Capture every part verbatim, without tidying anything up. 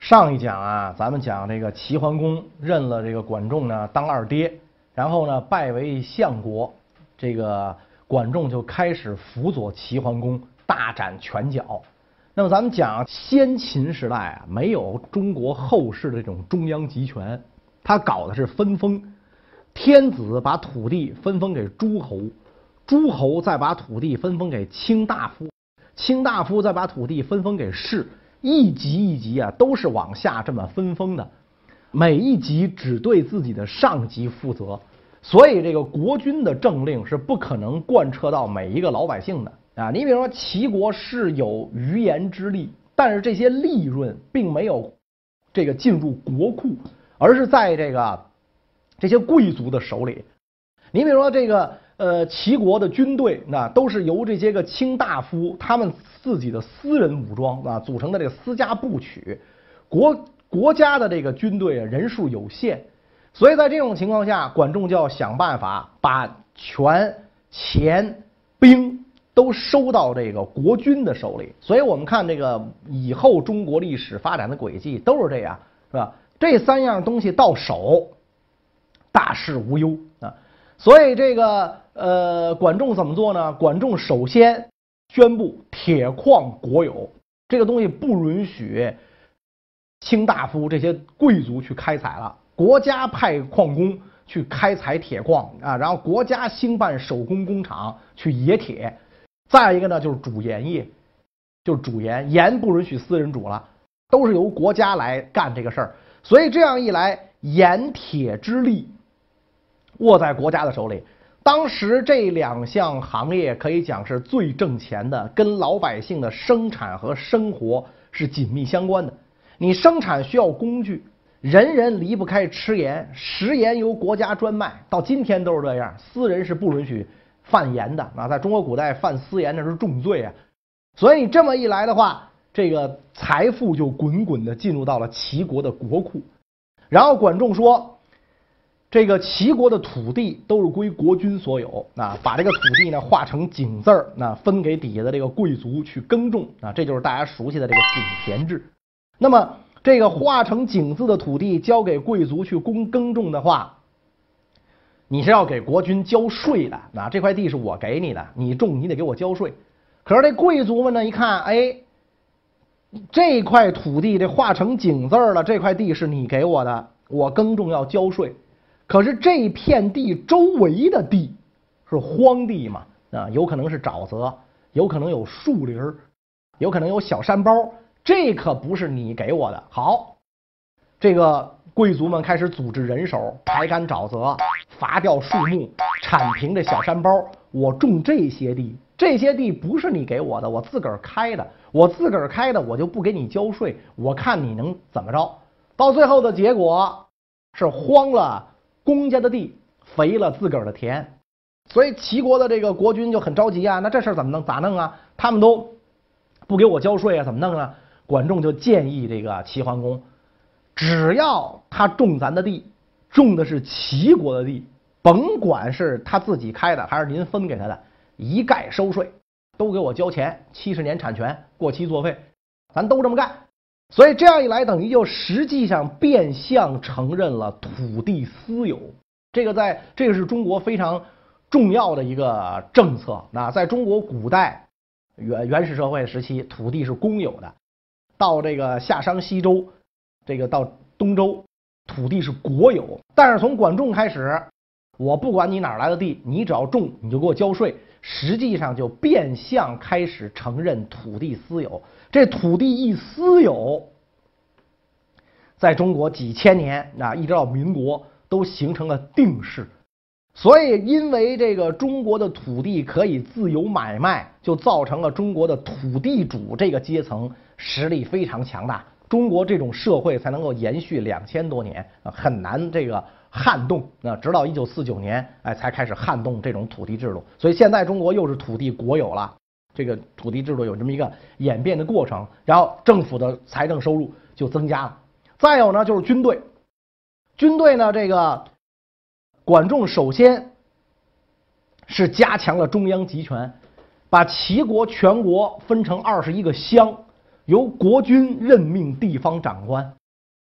上一讲啊，咱们讲这个齐桓公认了这个管仲呢当二爹，然后呢拜为相国，这个管仲就开始辅佐齐桓公大展拳脚。那么咱们讲先秦时代啊，没有中国后世的这种中央集权，他搞的是分封，天子把土地分封给诸侯，诸侯再把土地分封给卿大夫，卿大夫再把土地分封给士。一级一级啊，都是往下这么分封的，每一级只对自己的上级负责，所以这个国君的政令是不可能贯彻到每一个老百姓的啊。你比如说齐国是有余盐之利，但是这些利润并没有这个进入国库，而是在这个这些贵族的手里。你比如说这个呃齐国的军队，那都是由这些个卿大夫他们自己的私人武装啊组成的这个私家部曲，国国家的这个军队啊人数有限，所以在这种情况下，管仲就要想办法把权、钱、兵都收到这个国君的手里。所以我们看这个以后中国历史发展的轨迹都是这样，是吧？这三样东西到手，大事无忧啊。所以这个呃，管仲怎么做呢？管仲首先宣布铁矿国有，这个东西不允许卿大夫这些贵族去开采了，国家派矿工去开采铁矿啊，然后国家兴办手工工厂去冶铁。再一个呢，就是煮盐业，就是煮盐，盐不允许私人煮了，都是由国家来干这个事儿。所以这样一来，盐铁之利握在国家的手里。当时这两项行业可以讲是最挣钱的，跟老百姓的生产和生活是紧密相关的。你生产需要工具，人人离不开吃盐，食盐由国家专卖，到今天都是这样，私人是不允许贩盐的啊！在中国古代贩私盐那是重罪啊。所以这么一来的话，这个财富就滚滚的进入到了齐国的国库。然后管仲说，这个齐国的土地都是归国君所有啊，把这个土地呢划成井字儿，那分给底下的这个贵族去耕种啊，这就是大家熟悉的这个井田制。那么这个划成井字的土地交给贵族去耕耕种的话，你是要给国君交税的啊，这块地是我给你的，你种你得给我交税。可是这贵族们呢一看，哎，这块土地这划成井字了，这块地是你给我的，我耕种要交税。可是这片地周围的地是荒地嘛，啊，有可能是沼泽，有可能有树林，有可能有小山包，这可不是你给我的。好，这个贵族们开始组织人手，排干沼泽，伐掉树木，铲平这小山包。我种这些地，这些地不是你给我的，我自个儿开的，我自个儿开的，我就不给你交税，我看你能怎么着。到最后的结果是荒了公家的地，肥了自个儿的田。所以齐国的这个国君就很着急啊，那这事儿怎么弄咋弄啊？他们都不给我交税啊，怎么弄啊？管仲就建议这个齐桓公，只要他种咱的地，种的是齐国的地，甭管是他自己开的还是您分给他的，一概收税，都给我交钱，七十年产权，过期作废，咱都这么干。所以这样一来，等于就实际上变相承认了土地私有。这个在这个是中国非常重要的一个政策。那在中国古代原原始社会时期，土地是公有的；到这个夏商西周，这个到东周，土地是国有。但是从管仲开始，我不管你哪儿来的地，你只要种，你就给我交税。实际上就变相开始承认土地私有。这土地一私有，在中国几千年啊，一直到民国都形成了定式。所以因为这个中国的土地可以自由买卖，就造成了中国的土地主这个阶层实力非常强大，中国这种社会才能够延续两千多年啊，很难这个撼动啊，直到一九四九年，哎，才开始撼动这种土地制度。所以现在中国又是土地国有了，这个土地制度有这么一个演变的过程，然后政府的财政收入就增加了。再有呢，就是军队，军队呢，这个管仲首先是加强了中央集权，把齐国全国分成二十一个乡，由国君任命地方长官。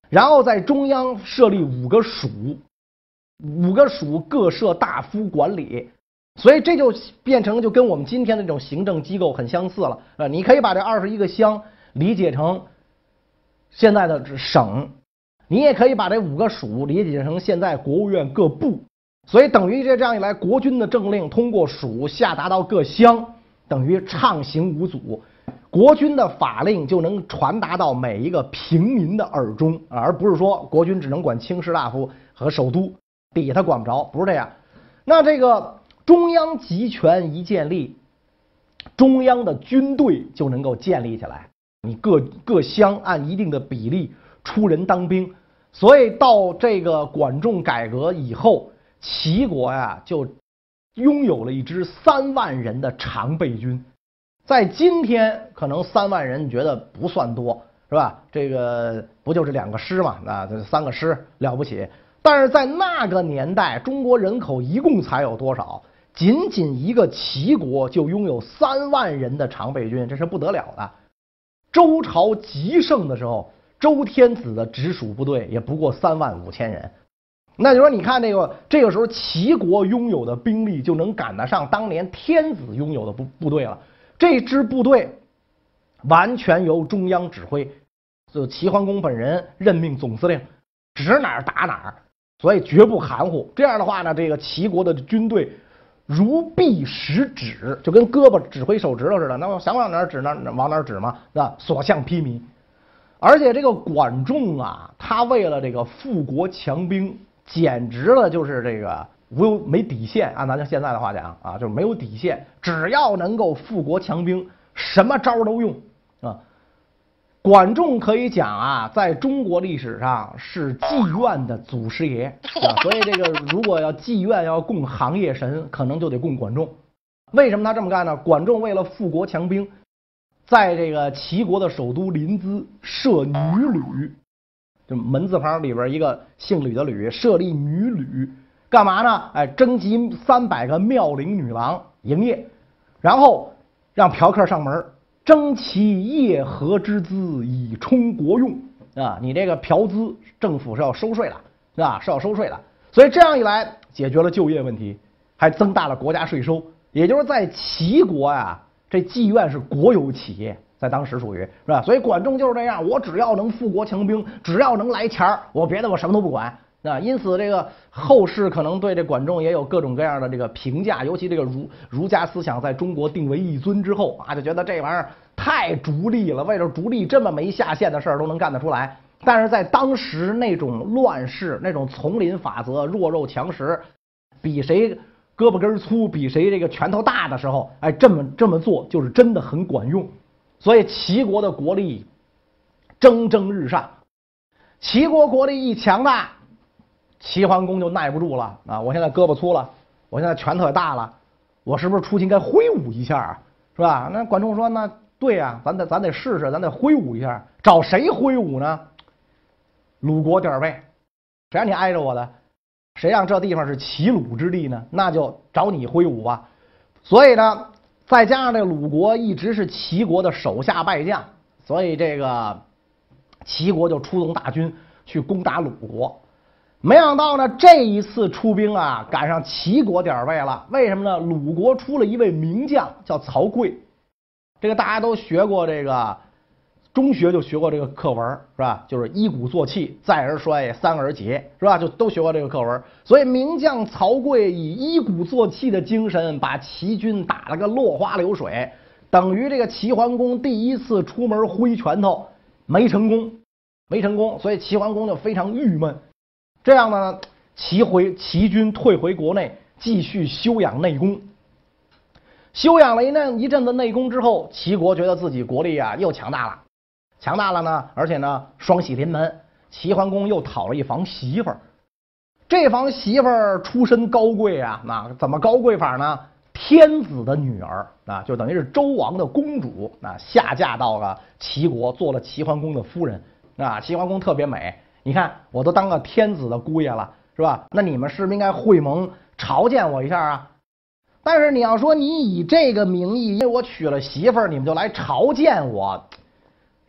然后在中央设立五个署，五个署各设大夫管理，所以这就变成就跟我们今天的这种行政机构很相似了。呃，你可以把这二十一个乡理解成现在的省，你也可以把这五个署理解成现在国务院各部。所以等于这这样一来，国军的政令通过署下达到各乡，等于畅行无阻。国军的法令就能传达到每一个平民的耳中，而不是说国军只能管卿士大夫和首都，底下他管不着，不是这样。那这个中央集权一建立，中央的军队就能够建立起来，你各各乡按一定的比例出人当兵。所以到这个管仲改革以后，齐国呀就拥有了一支三万人的常备军。在今天，可能三万人你觉得不算多，是吧？这个不就是两个师嘛？啊，这三个师了不起。但是在那个年代，中国人口一共才有多少？仅仅一个齐国就拥有三万人的常备军，这是不得了的。周朝极盛的时候，周天子的直属部队也不过三万五千人。那就说，你看这个这个时候，齐国拥有的兵力就能赶得上当年天子拥有的部部队了。这支部队完全由中央指挥，就齐桓公本人任命总司令，指哪儿打哪儿，所以绝不含糊。这样的话呢，这个齐国的军队如臂使指，就跟胳膊指挥手指头似的，那我想往哪儿指哪儿往哪儿指嘛，是吧？所向披靡。而且这个管仲啊，他为了这个富国强兵，简直了就是这个无有没底线，按咱就现在的话讲啊，就是没有底线，只要能够富国强兵，什么招都用啊。管仲可以讲啊，在中国历史上是妓院的祖师爷啊，所以这个如果要妓院要供行业神，可能就得供管仲。为什么他这么干呢？管仲为了富国强兵，在这个齐国的首都临淄设女旅，就门字旁里边一个姓吕的吕，设立女旅。干嘛呢？哎，征集三百个妙龄女郎营业，然后让嫖客上门，征其夜合之资以充国用啊！你这个嫖资，政府是要收税的，是吧？是要收税的。所以这样一来，解决了就业问题，还增大了国家税收。也就是在齐国呀，这妓院是国有企业，在当时属于是吧？所以管仲就是这样，我只要能富国强兵，只要能来钱儿，我别的我什么都不管。啊，因此这个后世可能对这管仲也有各种各样的这个评价，尤其这个儒儒家思想在中国定为一尊之后啊，就觉得这玩意儿太逐利了，为了逐利这么没下限的事儿都能干得出来。但是在当时那种乱世，那种丛林法则，弱肉强食，比谁胳膊根粗，比谁这个拳头大的时候，哎，这么这么做就是真的很管用。所以齐国的国力蒸蒸日上，齐国国力一强大，齐桓公就耐不住了啊！我现在胳膊粗了，我现在拳头也大了，我是不是出去应该挥舞一下啊？是吧？那管仲说：“那对呀、啊，咱得咱得试试，咱得挥舞一下。找谁挥舞呢？鲁国点儿背，谁让你挨着我的？谁让这地方是齐鲁之地呢？那就找你挥舞吧。所以呢，再加上这鲁国一直是齐国的手下败将，所以这个齐国就出动大军去攻打鲁国。”没想到呢，这一次出兵啊，赶上齐国点儿背了。为什么呢？鲁国出了一位名将，叫曹刿。这个大家都学过，这个中学就学过这个课文，是吧？就是一鼓作气，再而衰，三而竭，是吧？就都学过这个课文。所以名将曹刿以一鼓作气的精神，把齐军打了个落花流水，等于这个齐桓公第一次出门挥拳头没成功，没成功，所以齐桓公就非常郁闷。这样呢，齐回齐军退回国内，继续休养内功。休养了一那一阵子内功之后，齐国觉得自己国力啊又强大了，强大了呢，而且呢双喜临门，齐桓公又讨了一房媳妇儿。这房媳妇儿出身高贵啊，那怎么高贵法呢？天子的女儿啊，就等于是周王的公主啊，下嫁到了齐国，做了齐桓公的夫人啊。齐桓公特别美。你看，我都当个天子的姑爷了，是吧？那你们是不是应该会盟朝见我一下啊？但是你要说你以这个名义，因为我娶了媳妇儿，你们就来朝见我，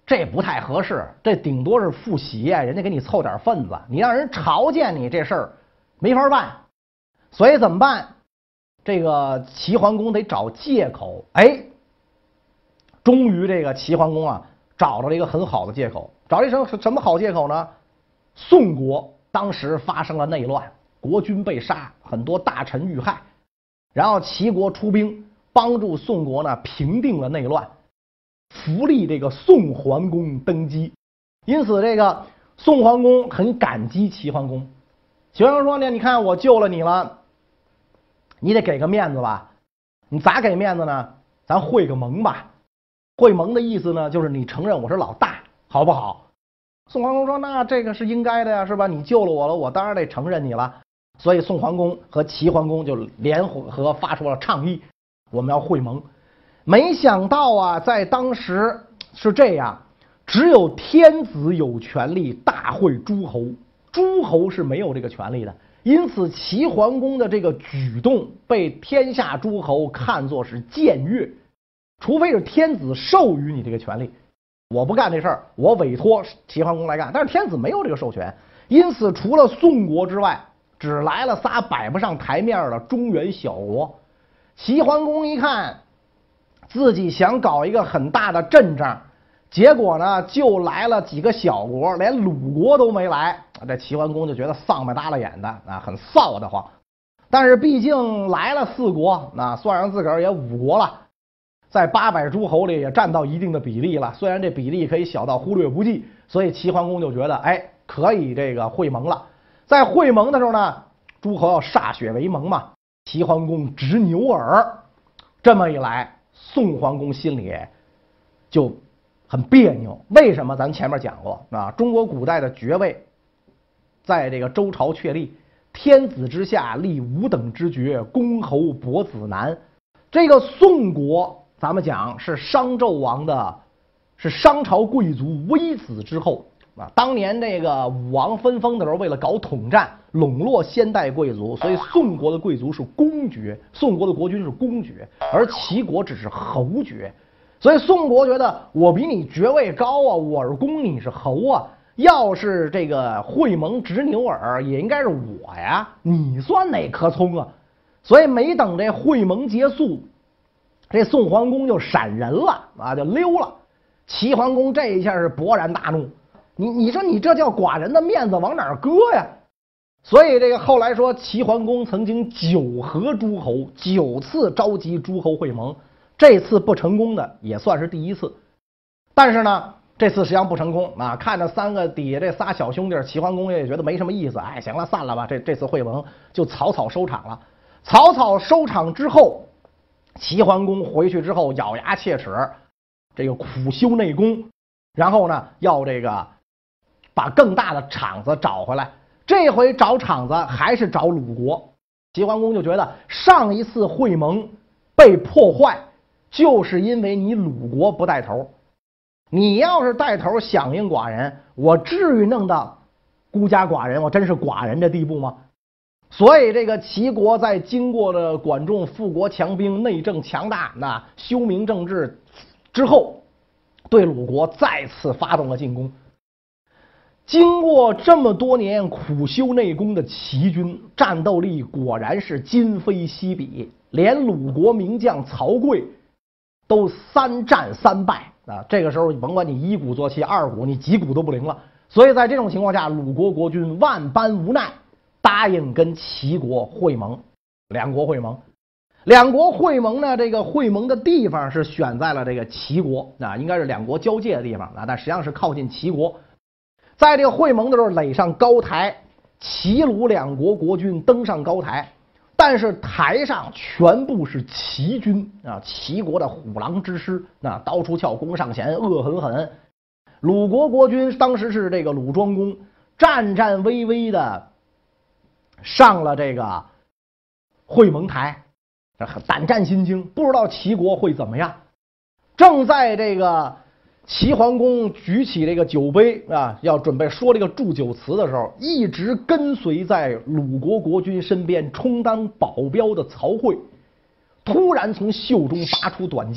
这不太合适，这顶多是复习呀，人家给你凑点份子，你让人朝见你这事儿没法办。所以怎么办？这个齐桓公得找借口。哎，终于这个齐桓公啊找到了一个很好的借口。找了一什么什么好借口呢？宋国当时发生了内乱，国君被杀，很多大臣遇害，然后齐国出兵帮助宋国呢平定了内乱，扶立这个宋桓公登基。因此这个宋桓公很感激齐桓公。齐桓公说呢，你看我救了你了，你得给个面子吧。你咋给面子呢？咱会个盟吧。会盟的意思呢，就是你承认我是老大，好不好？宋桓公说，那这个是应该的呀，是吧？你救了我了，我当然得承认你了。所以宋桓公和齐桓公就联合发出了倡议，我们要会盟。没想到啊，在当时是这样，只有天子有权利大会诸侯，诸侯是没有这个权利的。因此齐桓公的这个举动被天下诸侯看作是僭越，除非是天子授予你这个权利。我不干这事儿，我委托齐桓公来干，但是天子没有这个授权。因此除了宋国之外，只来了仨摆不上台面的中原小国。齐桓公一看自己想搞一个很大的阵仗，结果呢就来了几个小国，连鲁国都没来。这齐桓公就觉得丧白耷拉眼的啊，很臊得慌。但是毕竟来了四国，那算上自个儿也五国了，在八百诸侯里也占到一定的比例了。虽然这比例可以小到忽略不计，所以齐桓公就觉得，哎，可以这个会盟了。在会盟的时候呢，诸侯要歃血为盟嘛，齐桓公执牛耳。这么一来，宋桓公心里就很别扭。为什么？咱前面讲过啊，中国古代的爵位在这个周朝确立，天子之下立五等之爵，公侯伯子男。这个宋国咱们讲是商纣王的，是商朝贵族微子之后啊。当年这个武王分封的时候，为了搞统战，笼络先代贵族，所以宋国的贵族是公爵，宋国的国君是公爵，而齐国只是侯爵。所以宋国觉得我比你爵位高啊，我是公，你是侯啊。要是这个会盟执牛耳，也应该是我呀，你算哪棵葱啊？所以没等这会盟结束，这宋桓公就闪人了啊，就溜了。齐桓公这一下是勃然大怒，你你说你这叫寡人的面子往哪儿搁呀？所以这个后来说，齐桓公曾经九合诸侯，九次召集诸侯会盟，这次不成功的也算是第一次。但是呢，这次实际上不成功啊！看着三个底下这仨小兄弟，齐桓公也觉得没什么意思，哎，行了，散了吧。这这次会盟就草草收场了。草草收场之后，齐桓公回去之后咬牙切齿，这个苦修内功，然后呢，要这个把更大的场子找回来。这回找场子还是找鲁国。齐桓公就觉得上一次会盟被破坏，就是因为你鲁国不带头。你要是带头响应寡人，我至于弄到孤家寡人，我真是寡人这地步吗？所以这个齐国在经过了管仲富国强兵，内政强大，那修明政治之后，对鲁国再次发动了进攻。经过这么多年苦修内功的齐军，战斗力果然是今非昔比，连鲁国名将曹刿都三战三败啊！这个时候甭管你一鼓作气，二鼓你几鼓都不灵了。所以在这种情况下，鲁国国君万般无奈，答应跟齐国会盟。两国会盟，两国会盟呢，这个会盟的地方是选在了这个齐国啊，应该是两国交界的地方啊，但实际上是靠近齐国。在这个会盟的时候，垒上高台，齐鲁两国国君登上高台，但是台上全部是齐军啊，齐国的虎狼之师，那刀出鞘，弓上弦，恶狠狠。鲁国国君当时是这个鲁庄公，战战巍巍的上了这个会盟台，胆战心惊，不知道齐国会怎么样。正在这个齐桓公举起这个酒杯啊，要准备说这个祝酒词的时候，一直跟随在鲁国国君身边充当保镖的曹刿，突然从袖中拔出短剑，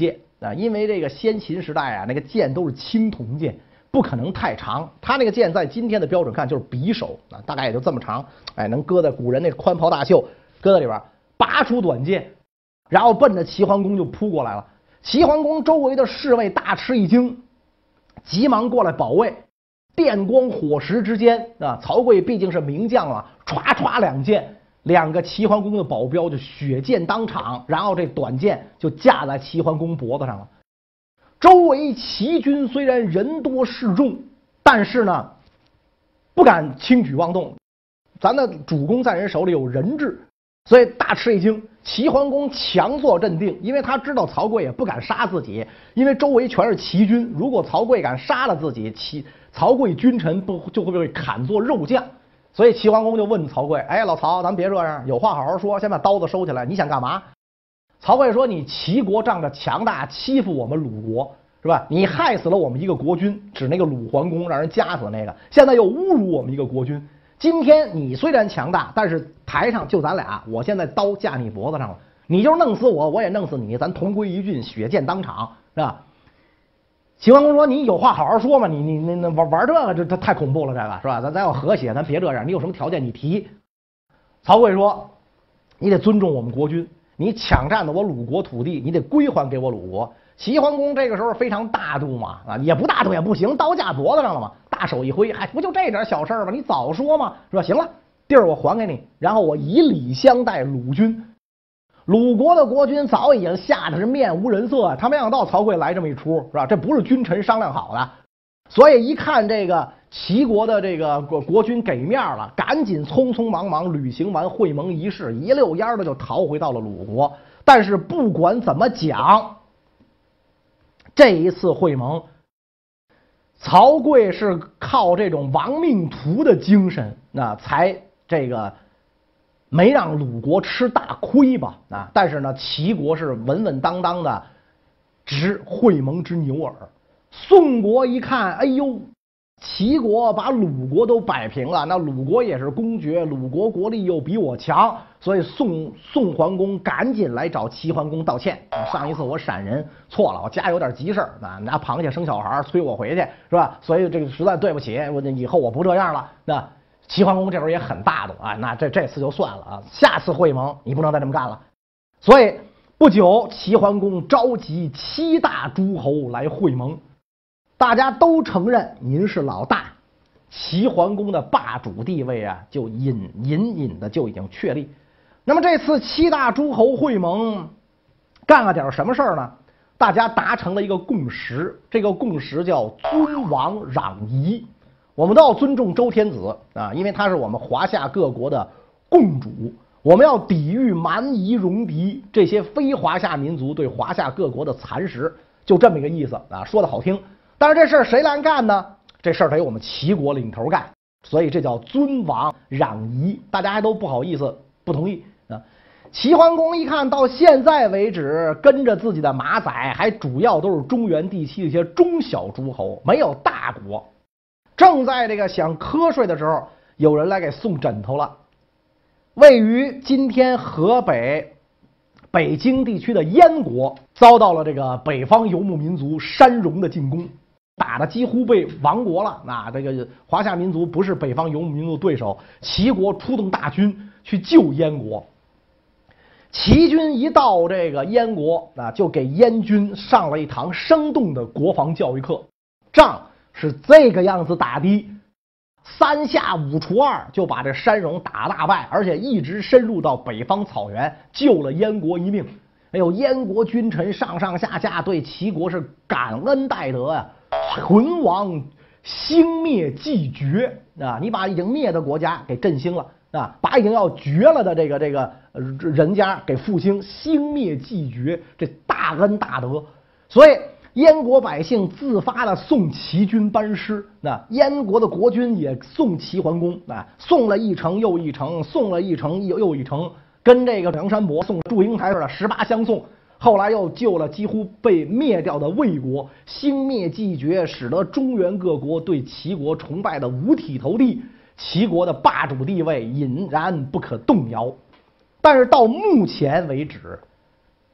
啊，因为这个先秦时代啊，那个剑都是青铜剑，不可能太长。他那个剑在今天的标准看就是匕首啊，大概也就这么长，哎，能搁在古人那宽袍大袖，搁在里边，拔出短剑，然后奔着齐桓公就扑过来了。齐桓公周围的侍卫大吃一惊，急忙过来保卫。电光火石之间啊，曹刿毕竟是名将了，歘歘两剑。两个齐桓公的保镖就血溅当场，然后这短剑就架在齐桓公脖子上了。周围齐军虽然人多势众，但是呢，不敢轻举妄动。咱的主公在人手里有人质，所以大吃一惊。齐桓公强作镇定，因为他知道曹刿也不敢杀自己，因为周围全是齐军，如果曹刿敢杀了自己，齐曹刿君臣不就会被砍作肉酱。所以齐桓公就问曹刿：“哎，老曹，咱别这样，有话好好说，先把刀子收起来，你想干嘛？”曹刿说：“你齐国仗着强大欺负我们鲁国，是吧？你害死了我们一个国君，指那个鲁桓公，让人夹死那个，现在又侮辱我们一个国君。今天你虽然强大，但是台上就咱俩，我现在刀架你脖子上了，你就弄死我，我也弄死你，咱同归于尽，血溅当场，是吧？”齐桓公说：“你有话好好说嘛，你你你那玩玩这个，这这太恐怖了，这个是吧？咱咱要和谐，咱别这样。你有什么条件你提。”曹刿说：“你得尊重我们国君，你抢占了我鲁国土地，你得归还给我鲁国。”齐桓公这个时候非常大度嘛，啊，也不大度也不行，刀架脖子上了嘛，大手一挥，还不就这点小事吗？你早说嘛，是吧？行了，地儿我还给你，然后我以礼相待鲁君。鲁国的国君早已经吓得是面无人色，他没想到曹刿来这么一出，是吧？这不是君臣商量好的，所以一看这个齐国的这个国国君给面了，赶紧匆匆忙忙履行完会盟仪式，一溜烟的就逃回到了鲁国。但是不管怎么讲，这一次会盟，曹刿是靠这种亡命徒的精神，那才这个。没让鲁国吃大亏吧？啊，但是呢，齐国是稳稳当当的执会盟之牛耳。宋国一看，哎呦，齐国把鲁国都摆平了，那鲁国也是公爵，鲁国国力又比我强，所以宋宋桓公赶紧来找齐桓公道歉。上一次我闪人错了，我家有点急事儿，那拿螃蟹生小孩催我回去，是吧？所以这个实在对不起，我以后我不这样了。那齐桓公这时候也很大度啊，那这这次就算了啊，下次会盟你不能再这么干了。所以不久，齐桓公召集七大诸侯来会盟，大家都承认您是老大，齐桓公的霸主地位啊，就隐隐隐的就已经确立。那么这次七大诸侯会盟干了点什么事儿呢？大家达成了一个共识，这个共识叫尊王攘夷。我们都要尊重周天子啊，因为他是我们华夏各国的共主。我们要抵御蛮夷戎狄这些非华夏民族对华夏各国的蚕食，就这么一个意思啊，说的好听。但是这事儿谁来干呢？这事儿得我们齐国领头干，所以这叫尊王攘夷。大家还都不好意思不同意啊。齐桓公一看到现在为止，跟着自己的马仔还主要都是中原地区的一些中小诸侯，没有大国。正在这个想瞌睡的时候，有人来给送枕头了。位于今天河北北京地区的燕国，遭到了这个北方游牧民族山戎的进攻，打的几乎被亡国了。那这个华夏民族不是北方游牧民族对手，齐国出动大军去救燕国。齐军一到这个燕国啊，就给燕军上了一堂生动的国防教育课，仗是这个样子打的，三下五除二就把这山戎打大败，而且一直深入到北方草原，救了燕国一命。哎呦，燕国君臣上上下下对齐国是感恩戴德呀、啊，唇亡兴灭继绝啊！你把已经灭的国家给振兴了啊，把已经要绝了的这个这个人家给复兴，兴灭继绝，这大恩大德，所以。燕国百姓自发的送齐军班师，那燕国的国君也送齐桓公啊，送了一程又一程，送了一程又又一程，跟这个梁山伯送祝英台似的，十八相送。后来又救了几乎被灭掉的魏国，兴灭继绝，使得中原各国对齐国崇拜的五体投地，齐国的霸主地位隐然不可动摇。但是到目前为止，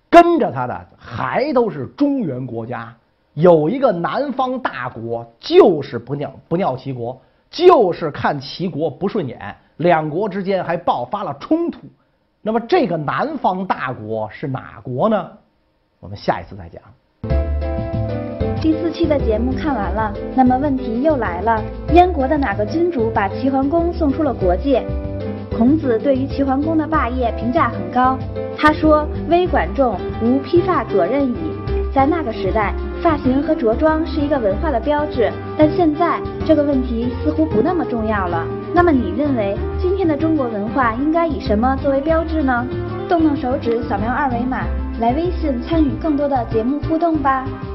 跟着他的还都是中原国家。有一个南方大国，就是不尿不尿齐国，就是看齐国不顺眼，两国之间还爆发了冲突。那么这个南方大国是哪国呢？我们下一次再讲。 第四期的节目看完了，那么问题又来了：燕国的哪个君主把齐桓公送出了国界？孔子对于齐桓公的霸业评价很高，他说：“微管仲，无披发左衽矣。”在那个时代，发型和着装是一个文化的标志，但现在这个问题似乎不那么重要了。那么你认为今天的中国文化应该以什么作为标志呢？动动手指扫描二维码，来微信参与更多的节目互动吧。